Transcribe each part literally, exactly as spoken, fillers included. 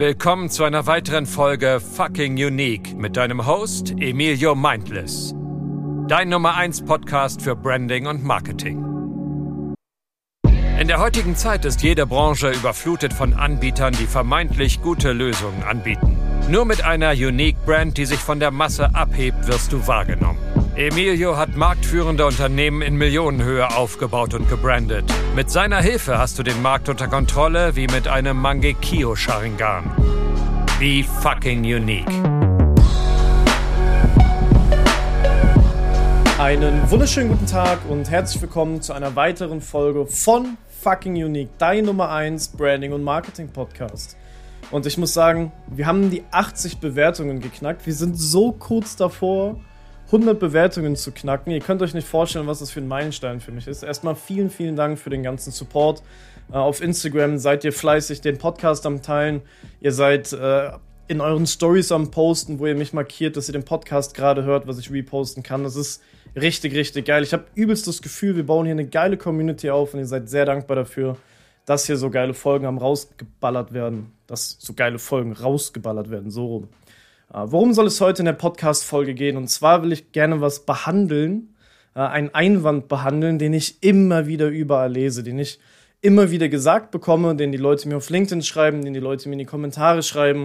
Willkommen zu einer weiteren Folge Fucking Unique mit deinem Host Emilio Mindless. Dein Nummer eins Podcast für Branding und Marketing. In der heutigen Zeit ist jede Branche überflutet von Anbietern, die vermeintlich gute Lösungen anbieten. Nur mit einer Unique Brand, die sich von der Masse abhebt, wirst du wahrgenommen. Emilio hat marktführende Unternehmen in Millionenhöhe aufgebaut und gebrandet. Mit seiner Hilfe hast du den Markt unter Kontrolle wie mit einem Mangekyo Sharingan. Be fucking unique. Einen wunderschönen guten Tag und herzlich willkommen zu einer weiteren Folge von Fucking Unique, dein Nummer eins Branding- und Marketing-Podcast. Und ich muss sagen, wir haben die achtzig Bewertungen geknackt. Wir sind so kurz davor, hundert Bewertungen zu knacken. Ihr könnt euch nicht vorstellen, was das für ein Meilenstein für mich ist. Erstmal vielen, vielen Dank für den ganzen Support. Äh, auf Instagram seid ihr fleißig den Podcast am Teilen. Ihr seid äh, in euren Stories am Posten, wo ihr mich markiert, dass ihr den Podcast gerade hört, was ich reposten kann. Das ist richtig, richtig geil. Ich habe übelst das Gefühl, wir bauen hier eine geile Community auf und ihr seid sehr dankbar dafür, dass hier so geile Folgen am rausgeballert werden. Dass so geile Folgen rausgeballert werden, so rum. Worum soll es heute in der Podcast-Folge gehen? Und zwar will ich gerne was behandeln, äh, einen Einwand behandeln, den ich immer wieder überall lese, den ich immer wieder gesagt bekomme, den die Leute mir auf LinkedIn schreiben, den die Leute mir in die Kommentare schreiben,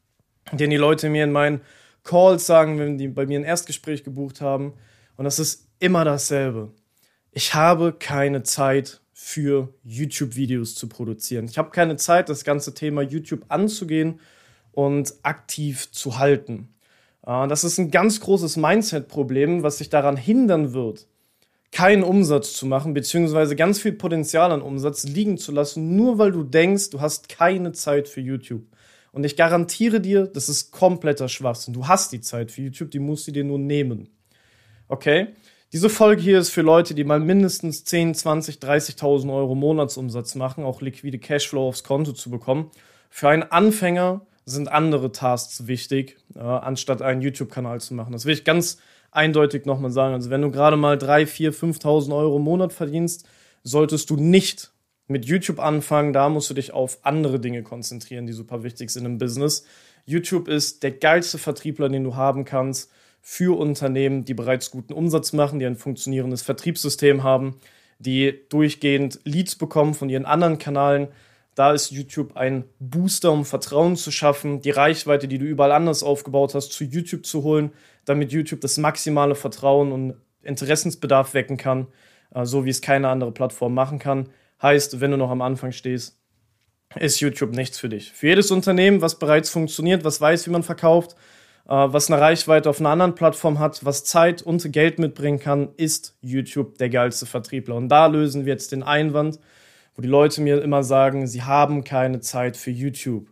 den die Leute mir in meinen Calls sagen, wenn die bei mir ein Erstgespräch gebucht haben. Und das ist immer dasselbe. Ich habe keine Zeit für YouTube-Videos zu produzieren. Ich habe keine Zeit, das ganze Thema YouTube anzugehen und aktiv zu halten. Das ist ein ganz großes Mindset-Problem, was sich daran hindern wird, keinen Umsatz zu machen, beziehungsweise ganz viel Potenzial an Umsatz liegen zu lassen, nur weil du denkst, du hast keine Zeit für YouTube. Und ich garantiere dir, das ist kompletter Schwachsinn. Du hast die Zeit für YouTube, die musst du dir nur nehmen. Okay? Diese Folge hier ist für Leute, die mal mindestens zehn, zwanzig, dreißigtausend Euro Monatsumsatz machen, auch liquide Cashflow aufs Konto zu bekommen. Für einen Anfänger sind andere Tasks wichtig, äh, anstatt einen YouTube-Kanal zu machen. Das will ich ganz eindeutig nochmal sagen. Also wenn du gerade mal drei, vier, fünftausend Euro im Monat verdienst, solltest du nicht mit YouTube anfangen. Da musst du dich auf andere Dinge konzentrieren, die super wichtig sind im Business. YouTube ist der geilste Vertriebler, den du haben kannst für Unternehmen, die bereits guten Umsatz machen, die ein funktionierendes Vertriebssystem haben, die durchgehend Leads bekommen von ihren anderen Kanälen. Da ist YouTube ein Booster, um Vertrauen zu schaffen, die Reichweite, die du überall anders aufgebaut hast, zu YouTube zu holen, damit YouTube das maximale Vertrauen und Interessensbedarf wecken kann, so wie es keine andere Plattform machen kann. Heißt, wenn du noch am Anfang stehst, ist YouTube nichts für dich. Für jedes Unternehmen, was bereits funktioniert, was weiß, wie man verkauft, was eine Reichweite auf einer anderen Plattform hat, was Zeit und Geld mitbringen kann, ist YouTube der geilste Vertriebler. Und da lösen wir jetzt den Einwand, wo die Leute mir immer sagen, sie haben keine Zeit für YouTube.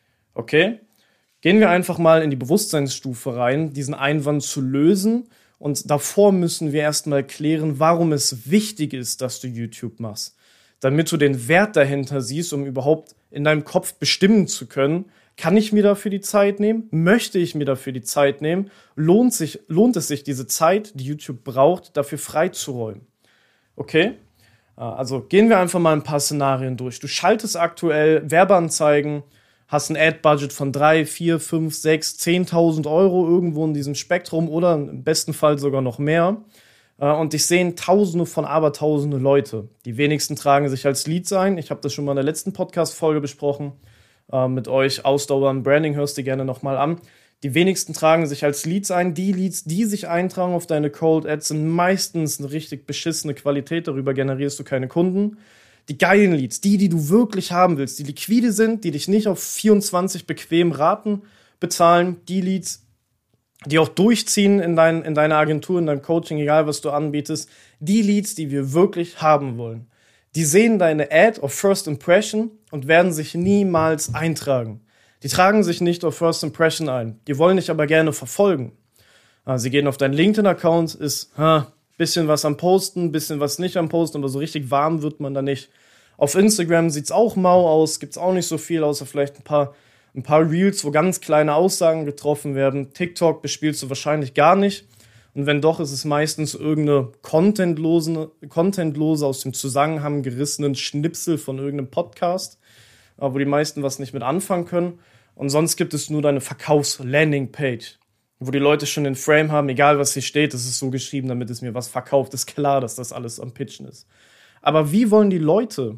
Okay? Gehen wir einfach mal in die Bewusstseinsstufe rein, diesen Einwand zu lösen. Und davor müssen wir erstmal klären, warum es wichtig ist, dass du YouTube machst. Damit du den Wert dahinter siehst, um überhaupt in deinem Kopf bestimmen zu können, kann ich mir dafür die Zeit nehmen? Möchte ich mir dafür die Zeit nehmen? Lohnt sich, lohnt es sich, diese Zeit, die YouTube braucht, dafür freizuräumen? Okay? Also gehen wir einfach mal ein paar Szenarien durch. Du schaltest aktuell Werbeanzeigen, hast ein Ad-Budget von drei, vier, fünf, sechs, zehntausend Euro irgendwo in diesem Spektrum oder im besten Fall sogar noch mehr. Und dich sehen Tausende von Abertausende Leute. Die wenigsten tragen sich als Leads ein. Ich habe das schon mal in der letzten Podcast-Folge besprochen mit euch. Ausdauer im Branding hörst du gerne nochmal an. Die wenigsten tragen sich als Leads ein. Die Leads, die sich eintragen auf deine Cold Ads, sind meistens eine richtig beschissene Qualität. Darüber generierst du keine Kunden. Die geilen Leads, die, die du wirklich haben willst, die liquide sind, die dich nicht auf vierundzwanzig bequem Raten bezahlen, die Leads, die auch durchziehen in, dein, in deiner Agentur, in deinem Coaching, egal was du anbietest, die Leads, die wir wirklich haben wollen. Die sehen deine Ad auf First Impression und werden sich niemals eintragen. Die tragen sich nicht auf First Impression ein. Die wollen dich aber gerne verfolgen. Sie gehen auf deinen LinkedIn-Account, ist ha, bisschen was am Posten, bisschen was nicht am Posten, aber so richtig warm wird man da nicht. Auf Instagram sieht's auch mau aus, gibt's auch nicht so viel, außer vielleicht ein paar, ein paar Reels, wo ganz kleine Aussagen getroffen werden. TikTok bespielst du wahrscheinlich gar nicht. Und wenn doch, ist es meistens irgendeine contentlose, contentlose aus dem Zusammenhang gerissenen Schnipsel von irgendeinem Podcast, wo die meisten was nicht mit anfangen können. Und sonst gibt es nur deine Verkaufs-Landing-Page, wo die Leute schon den Frame haben, egal was hier steht, das ist so geschrieben, damit es mir was verkauft. Ist klar, dass das alles am Pitchen ist. Aber wie wollen die Leute,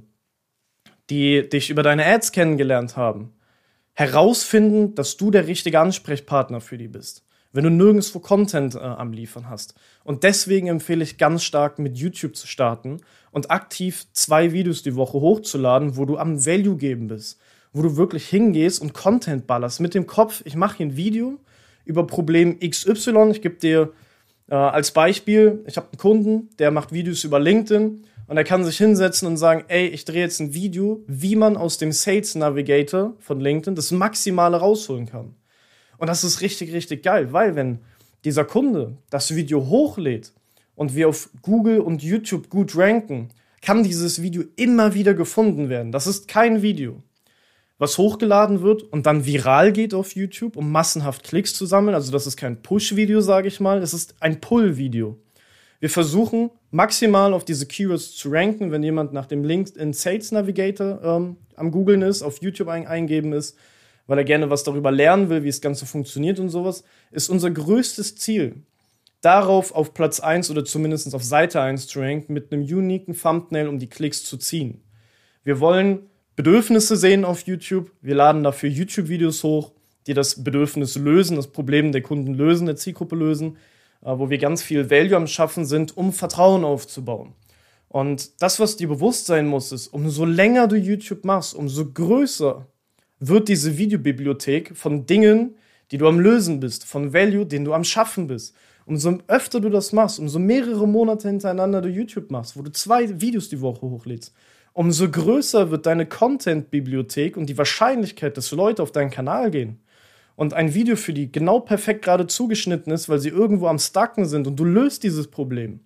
die dich über deine Ads kennengelernt haben, herausfinden, dass du der richtige Ansprechpartner für die bist, wenn du nirgendwo Content äh, am Liefern hast? Und deswegen empfehle ich ganz stark, mit YouTube zu starten und aktiv zwei Videos die Woche hochzuladen, wo du am Value geben bist, wo du wirklich hingehst und Content ballerst mit dem Kopf, ich mache hier ein Video über Problem X Y. Ich gebe dir äh, als Beispiel, ich habe einen Kunden, der macht Videos über LinkedIn und er kann sich hinsetzen und sagen, ey, ich drehe jetzt ein Video, wie man aus dem Sales Navigator von LinkedIn das Maximale rausholen kann. Und das ist richtig, richtig geil, weil wenn dieser Kunde das Video hochlädt und wir auf Google und YouTube gut ranken, kann dieses Video immer wieder gefunden werden. Das ist kein Video, was hochgeladen wird und dann viral geht auf YouTube, um massenhaft Klicks zu sammeln. Also das ist kein Push-Video, sage ich mal, es ist ein Pull-Video. Wir versuchen maximal auf diese Keywords zu ranken, wenn jemand nach dem LinkedIn Sales Navigator ähm, am Googlen ist, auf YouTube ein- eingeben ist, weil er gerne was darüber lernen will, wie das Ganze funktioniert und sowas, ist unser größtes Ziel, darauf auf Platz eins oder zumindest auf Seite eins zu ranken, mit einem uniken Thumbnail, um die Klicks zu ziehen. Wir wollen Bedürfnisse sehen auf YouTube, wir laden dafür YouTube-Videos hoch, die das Bedürfnis lösen, das Problem der Kunden lösen, der Zielgruppe lösen, wo wir ganz viel Value am Schaffen sind, um Vertrauen aufzubauen. Und das, was dir bewusst sein muss, ist, umso länger du YouTube machst, umso größer wird diese Videobibliothek von Dingen, die du am Lösen bist, von Value, den du am Schaffen bist. Umso öfter du das machst, umso mehrere Monate hintereinander du YouTube machst, wo du zwei Videos die Woche hochlädst, umso größer wird deine Content-Bibliothek und die Wahrscheinlichkeit, dass Leute auf deinen Kanal gehen und ein Video für die genau perfekt gerade zugeschnitten ist, weil sie irgendwo am Stucken sind und du löst dieses Problem.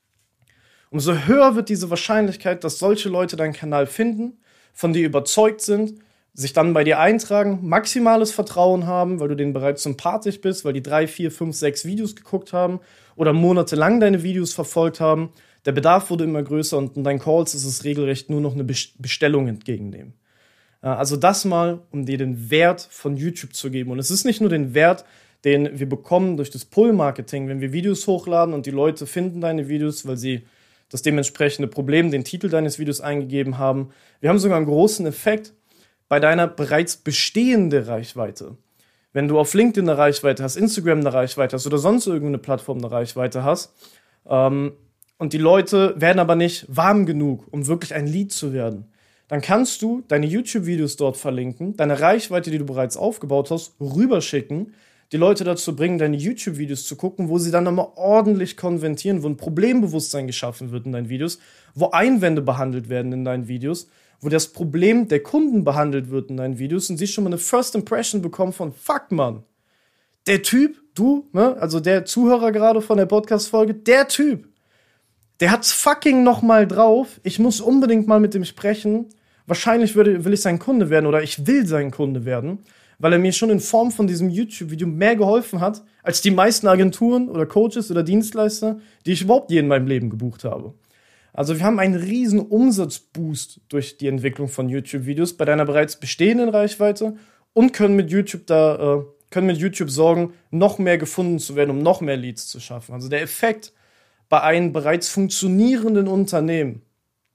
Umso höher wird diese Wahrscheinlichkeit, dass solche Leute deinen Kanal finden, von dir überzeugt sind, sich dann bei dir eintragen, maximales Vertrauen haben, weil du denen bereits sympathisch bist, weil die drei, vier, fünf, sechs Videos geguckt haben oder monatelang deine Videos verfolgt haben. Der Bedarf wurde immer größer und in deinen Calls ist es regelrecht nur noch eine Bestellung entgegennehmen. Also das mal, um dir den Wert von YouTube zu geben. Und es ist nicht nur den Wert, den wir bekommen durch das Pull-Marketing, wenn wir Videos hochladen und die Leute finden deine Videos, weil sie das dementsprechende Problem, den Titel deines Videos eingegeben haben. Wir haben sogar einen großen Effekt bei deiner bereits bestehenden Reichweite. Wenn du auf LinkedIn eine Reichweite hast, Instagram eine Reichweite hast oder sonst irgendeine Plattform eine Reichweite hast, ähm, und die Leute werden aber nicht warm genug, um wirklich ein Lead zu werden, dann kannst du deine YouTube-Videos dort verlinken, deine Reichweite, die du bereits aufgebaut hast, rüberschicken, die Leute dazu bringen, deine YouTube-Videos zu gucken, wo sie dann nochmal ordentlich konvertieren, wo ein Problembewusstsein geschaffen wird in deinen Videos, wo Einwände behandelt werden in deinen Videos, wo das Problem der Kunden behandelt wird in deinen Videos und sie schon mal eine First Impression bekommen von fuck, Mann, der Typ, du, ne, also der Zuhörer gerade von der Podcast-Folge, der Typ, der hat's fucking noch mal drauf, ich muss unbedingt mal mit ihm sprechen, wahrscheinlich würde, will ich sein Kunde werden oder ich will sein Kunde werden, weil er mir schon in Form von diesem YouTube-Video mehr geholfen hat, als die meisten Agenturen oder Coaches oder Dienstleister, die ich überhaupt je in meinem Leben gebucht habe. Also wir haben einen riesen Umsatzboost durch die Entwicklung von YouTube-Videos bei deiner bereits bestehenden Reichweite und können mit YouTube da, äh, können mit YouTube sorgen, noch mehr gefunden zu werden, um noch mehr Leads zu schaffen. Also der Effekt bei einem bereits funktionierenden Unternehmen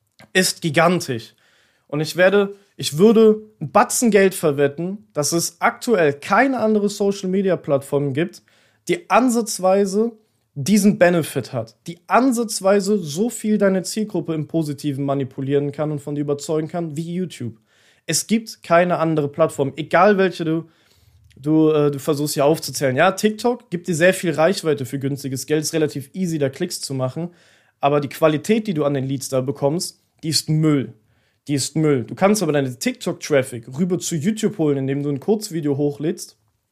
ist gigantisch. Und ich werde, ich würde ein Batzen Geld verwetten, dass es aktuell keine andere Social-Media-Plattform gibt, die ansatzweise diesen Benefit hat, die ansatzweise so viel deine Zielgruppe im Positiven manipulieren kann und von dir überzeugen kann, wie YouTube. Es gibt keine andere Plattform, egal welche du, du, äh, du versuchst hier aufzuzählen. Ja, TikTok gibt dir sehr viel Reichweite für günstiges Geld, ist relativ easy, da Klicks zu machen, aber die Qualität, die du an den Leads da bekommst, die ist Müll. Die ist Müll. Du kannst aber deine TikTok-Traffic rüber zu YouTube holen, indem du ein Kurzvideo hochlädst,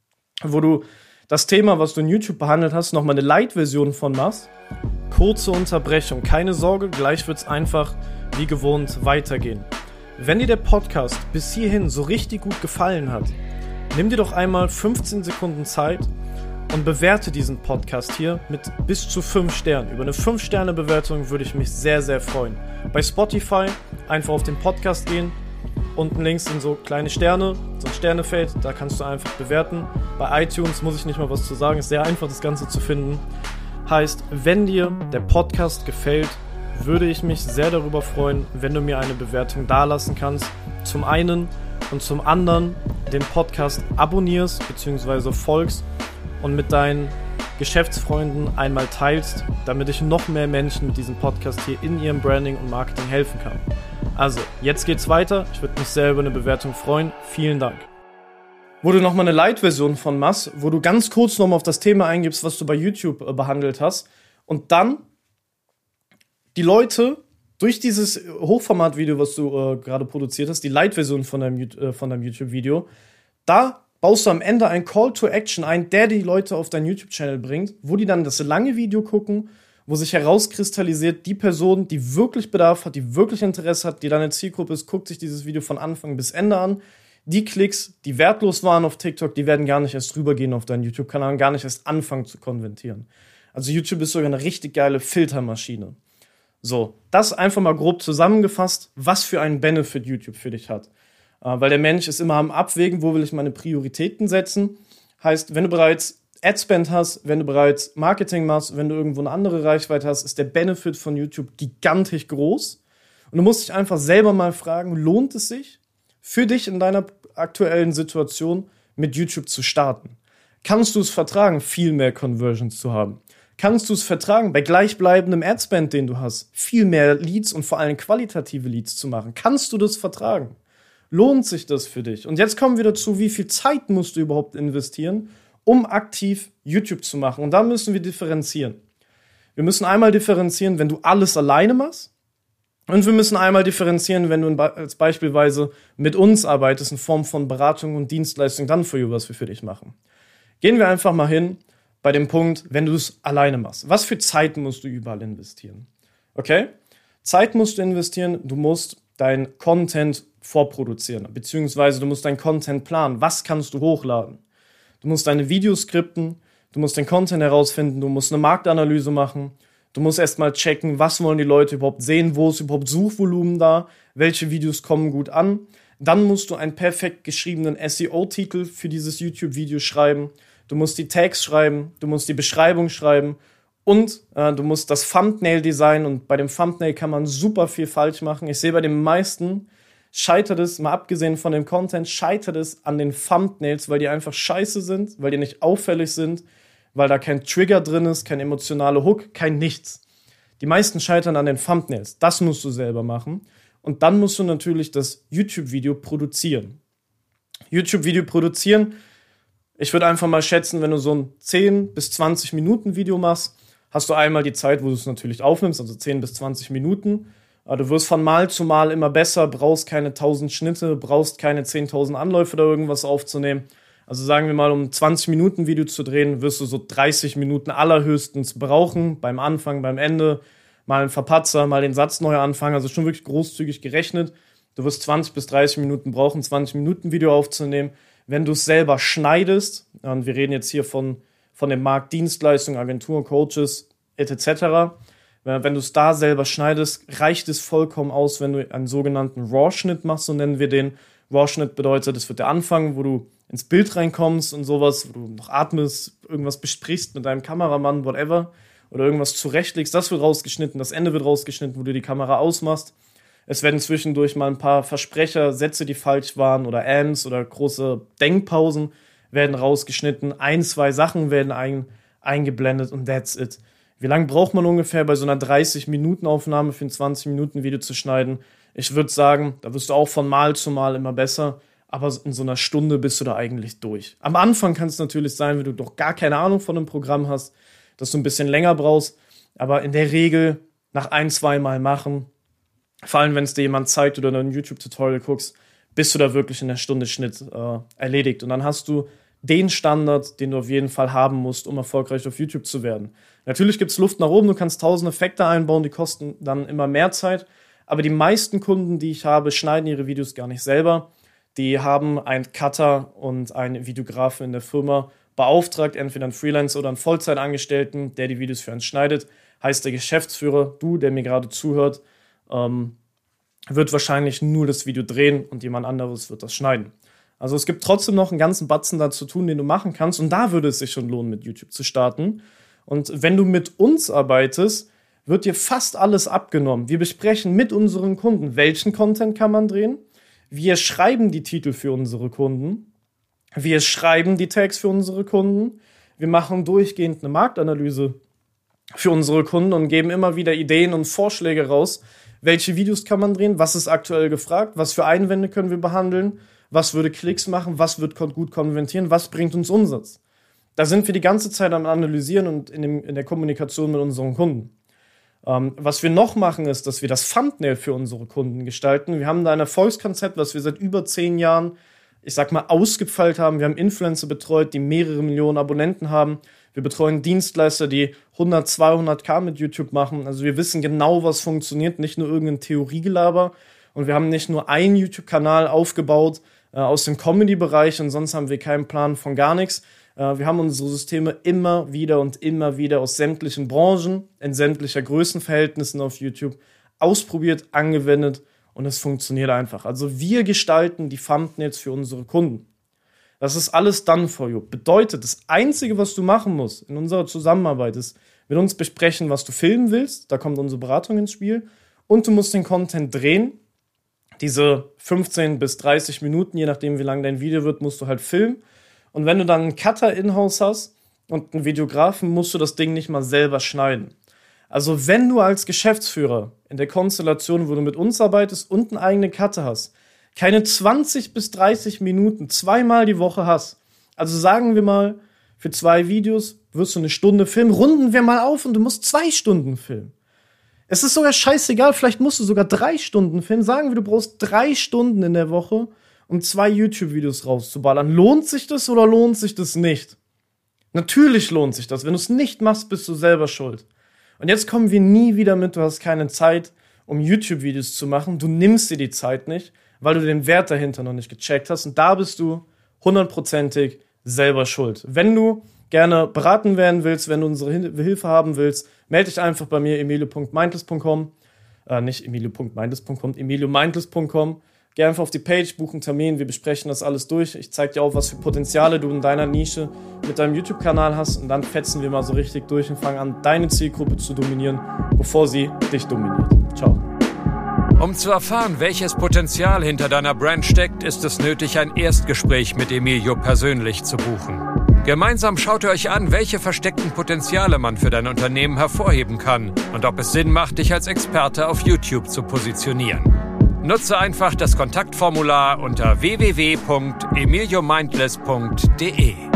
wo du das Thema, was du in YouTube behandelt hast, nochmal eine Light-Version von machst. Kurze Unterbrechung, keine Sorge, gleich wird's einfach wie gewohnt weitergehen. Wenn dir der Podcast bis hierhin so richtig gut gefallen hat, nimm dir doch einmal fünfzehn Sekunden Zeit und bewerte diesen Podcast hier mit bis zu fünf Sternen. Über eine fünf Sterne Bewertung würde ich mich sehr, sehr freuen. Bei Spotify einfach auf den Podcast gehen, Unten links sind so kleine Sterne, so ein Sternefeld, da kannst du einfach bewerten. Bei iTunes muss ich nicht mal was zu sagen, ist sehr einfach, das Ganze zu finden. Heißt, wenn dir der Podcast gefällt, würde ich mich sehr darüber freuen, wenn du mir eine Bewertung dalassen kannst. Zum einen und zum anderen den Podcast abonnierst bzw. folgst und mit deinen Geschäftsfreunden einmal teilst, damit ich noch mehr Menschen mit diesem Podcast hier in ihrem Branding und Marketing helfen kann. Also, jetzt geht's weiter. Ich würde mich sehr über eine Bewertung freuen. Vielen Dank. Wo du nochmal eine Light-Version von machst, wo du ganz kurz nochmal auf das Thema eingibst, was du bei YouTube äh, behandelt hast und dann die Leute durch dieses Hochformat-Video, was du äh, gerade produziert hast, die Light-Version von deinem, äh, von deinem YouTube-Video, da baust du am Ende einen Call to Action ein, der die Leute auf deinen YouTube-Channel bringt, wo die dann das lange Video gucken, wo sich herauskristallisiert, die Person, die wirklich Bedarf hat, die wirklich Interesse hat, die deine Zielgruppe ist, guckt sich dieses Video von Anfang bis Ende an. Die Klicks, die wertlos waren auf TikTok, die werden gar nicht erst rübergehen auf deinen YouTube-Kanal und gar nicht erst anfangen zu konvertieren. Also YouTube ist sogar eine richtig geile Filtermaschine. So, das einfach mal grob zusammengefasst, was für einen Benefit YouTube für dich hat. Weil der Mensch ist immer am Abwägen, wo will ich meine Prioritäten setzen. Heißt, wenn du bereits Adspend hast, wenn du bereits Marketing machst, wenn du irgendwo eine andere Reichweite hast, ist der Benefit von YouTube gigantisch groß. Und du musst dich einfach selber mal fragen, lohnt es sich für dich in deiner aktuellen Situation mit YouTube zu starten? Kannst du es vertragen, viel mehr Conversions zu haben? Kannst du es vertragen, bei gleichbleibendem Adspend, den du hast, viel mehr Leads und vor allem qualitative Leads zu machen? Kannst du das vertragen? Lohnt sich das für dich? Und jetzt kommen wir dazu, wie viel Zeit musst du überhaupt investieren, um aktiv YouTube zu machen? Und da müssen wir differenzieren. Wir müssen einmal differenzieren, wenn du alles alleine machst. Und wir müssen einmal differenzieren, wenn du als beispielsweise mit uns arbeitest, in Form von Beratung und Dienstleistung, dann für you, was wir für dich machen. Gehen wir einfach mal hin bei dem Punkt, wenn du es alleine machst. Was für Zeit musst du überall investieren? Okay? Zeit musst du investieren, du musst dein Content vorproduzieren, beziehungsweise du musst dein Content planen. Was kannst du hochladen? Du musst deine Videos skripten, du musst den Content herausfinden, du musst eine Marktanalyse machen, du musst erstmal checken, was wollen die Leute überhaupt sehen, wo ist überhaupt Suchvolumen da, welche Videos kommen gut an. Dann musst du einen perfekt geschriebenen S E O-Titel für dieses YouTube-Video schreiben, du musst die Tags schreiben, du musst die Beschreibung schreiben und äh, du musst das Thumbnail designen und bei dem Thumbnail kann man super viel falsch machen. Ich sehe bei den meisten scheitert es, mal abgesehen von dem Content, scheitert es an den Thumbnails, weil die einfach scheiße sind, weil die nicht auffällig sind, weil da kein Trigger drin ist, kein emotionaler Hook, kein nichts. Die meisten scheitern an den Thumbnails. Das musst du selber machen. Und dann musst du natürlich das YouTube-Video produzieren. YouTube-Video produzieren, ich würde einfach mal schätzen, wenn du so ein zehn bis zwanzig Minuten Video machst, hast du einmal die Zeit, wo du es natürlich aufnimmst, also zehn bis zwanzig Minuten. Du wirst von Mal zu Mal immer besser, brauchst keine tausend Schnitte, brauchst keine zehntausend Anläufe oder irgendwas aufzunehmen. Also sagen wir mal, um zwanzig Minuten Video zu drehen, wirst du so dreißig Minuten allerhöchstens brauchen. Beim Anfang, beim Ende, mal einen Verpatzer, mal den Satz neu anfangen. Also schon wirklich großzügig gerechnet. Du wirst zwanzig bis dreißig Minuten brauchen, zwanzig Minuten Video aufzunehmen. Wenn du es selber schneidest, und wir reden jetzt hier von, von dem Markt Dienstleistungen, Agenturen, Coaches, et cetera, wenn du es da selber schneidest, reicht es vollkommen aus, wenn du einen sogenannten RAW-Schnitt machst, so nennen wir den. RAW-Schnitt bedeutet, das wird der Anfang, wo du ins Bild reinkommst und sowas, wo du noch atmest, irgendwas besprichst mit deinem Kameramann, whatever, oder irgendwas zurechtlegst, das wird rausgeschnitten, das Ende wird rausgeschnitten, wo du die Kamera ausmachst. Es werden zwischendurch mal ein paar Versprecher, Sätze, die falsch waren, oder Ams oder große Denkpausen werden rausgeschnitten. Ein, zwei Sachen werden ein, eingeblendet und that's it. Wie lange braucht man ungefähr bei so einer dreißig-Minuten-Aufnahme für ein zwanzig-Minuten-Video zu schneiden? Ich würde sagen, da wirst du auch von Mal zu Mal immer besser, aber in so einer Stunde bist du da eigentlich durch. Am Anfang kann es natürlich sein, wenn du doch gar keine Ahnung von einem Programm hast, dass du ein bisschen länger brauchst, aber in der Regel nach ein, zwei Mal machen, vor allem wenn es dir jemand zeigt oder du ein YouTube-Tutorial guckst, bist du da wirklich in der Stunde Schnitt äh, erledigt. Und dann hast du den Standard, den du auf jeden Fall haben musst, um erfolgreich auf YouTube zu werden. Natürlich gibt es Luft nach oben, du kannst tausend Effekte einbauen, die kosten dann immer mehr Zeit, aber die meisten Kunden, die ich habe, schneiden ihre Videos gar nicht selber. Die haben einen Cutter und einen Videografen in der Firma beauftragt, entweder einen Freelancer oder einen Vollzeitangestellten, der die Videos für uns schneidet. Heißt der Geschäftsführer, du, der mir gerade zuhört, ähm, wird wahrscheinlich nur das Video drehen und jemand anderes wird das schneiden. Also es gibt trotzdem noch einen ganzen Batzen da zu tun, den du machen kannst. Und da würde es sich schon lohnen, mit YouTube zu starten. Und wenn du mit uns arbeitest, wird dir fast alles abgenommen. Wir besprechen mit unseren Kunden, welchen Content kann man drehen. Wir schreiben die Titel für unsere Kunden. Wir schreiben die Tags für unsere Kunden. Wir machen durchgehend eine Marktanalyse für unsere Kunden und geben immer wieder Ideen und Vorschläge raus. Welche Videos kann man drehen? Was ist aktuell gefragt? Was für Einwände können wir behandeln? Was würde Klicks machen? Was wird gut konvertieren? Was bringt uns Umsatz? Da sind wir die ganze Zeit am Analysieren und in, dem, in der Kommunikation mit unseren Kunden. Ähm, was wir noch machen, ist, dass wir das Thumbnail für unsere Kunden gestalten. Wir haben da ein Erfolgskonzept, was wir seit über zehn Jahren, ich sag mal, ausgefeilt haben. Wir haben Influencer betreut, die mehrere Millionen Abonnenten haben. Wir betreuen Dienstleister, die hundert, zweihunderttausend mit YouTube machen. Also wir wissen genau, was funktioniert, nicht nur irgendein Theoriegelaber. Und wir haben nicht nur einen YouTube-Kanal aufgebaut äh, aus dem Comedy-Bereich und sonst haben wir keinen Plan von gar nichts. Äh, wir haben unsere Systeme immer wieder und immer wieder aus sämtlichen Branchen, in sämtlicher Größenverhältnissen auf YouTube ausprobiert, angewendet und es funktioniert einfach. Also wir gestalten die Thumbnails für unsere Kunden. Das ist alles done for you. Bedeutet, das Einzige, was du machen musst in unserer Zusammenarbeit ist, mit uns besprechen, was du filmen willst. Da kommt unsere Beratung ins Spiel. Und du musst den Content drehen. Diese fünfzehn bis dreißig Minuten, je nachdem, wie lang dein Video wird, musst du halt filmen. Und wenn du dann einen Cutter in-house hast und einen Videografen, musst du das Ding nicht mal selber schneiden. Also wenn du als Geschäftsführer in der Konstellation, wo du mit uns arbeitest und einen eigenen Cutter hast, keine zwanzig bis dreißig Minuten zweimal die Woche hast, also sagen wir mal, für zwei Videos wirst du eine Stunde filmen, runden wir mal auf und du musst zwei Stunden filmen. Es ist sogar scheißegal, vielleicht musst du sogar drei Stunden filmen. Sagen wir, du brauchst drei Stunden in der Woche, um zwei YouTube-Videos rauszuballern. Lohnt sich das oder lohnt sich das nicht? Natürlich lohnt sich das. Wenn du es nicht machst, bist du selber schuld. Und jetzt kommen wir nie wieder mit, du hast keine Zeit, um YouTube-Videos zu machen. Du nimmst dir die Zeit nicht, weil du den Wert dahinter noch nicht gecheckt hast. Und da bist du hundertprozentig selber schuld. Wenn du gerne beraten werden willst, wenn du unsere Hilfe haben willst, melde dich einfach bei mir, emilio punkt mindless punkt com. Äh, nicht emilio punkt mindless punkt com, emilio mindless punkt com. Geh einfach auf die Page, buch einen Termin, wir besprechen das alles durch. Ich zeige dir auch, was für Potenziale du in deiner Nische mit deinem YouTube-Kanal hast und dann fetzen wir mal so richtig durch und fangen an, deine Zielgruppe zu dominieren, bevor sie dich dominiert. Ciao. Um zu erfahren, welches Potenzial hinter deiner Brand steckt, ist es nötig, ein Erstgespräch mit Emilio persönlich zu buchen. Gemeinsam schaut ihr euch an, welche versteckten Potenziale man für dein Unternehmen hervorheben kann und ob es Sinn macht, dich als Experte auf YouTube zu positionieren. Nutze einfach das Kontaktformular unter w w w punkt emilio mindless punkt d e.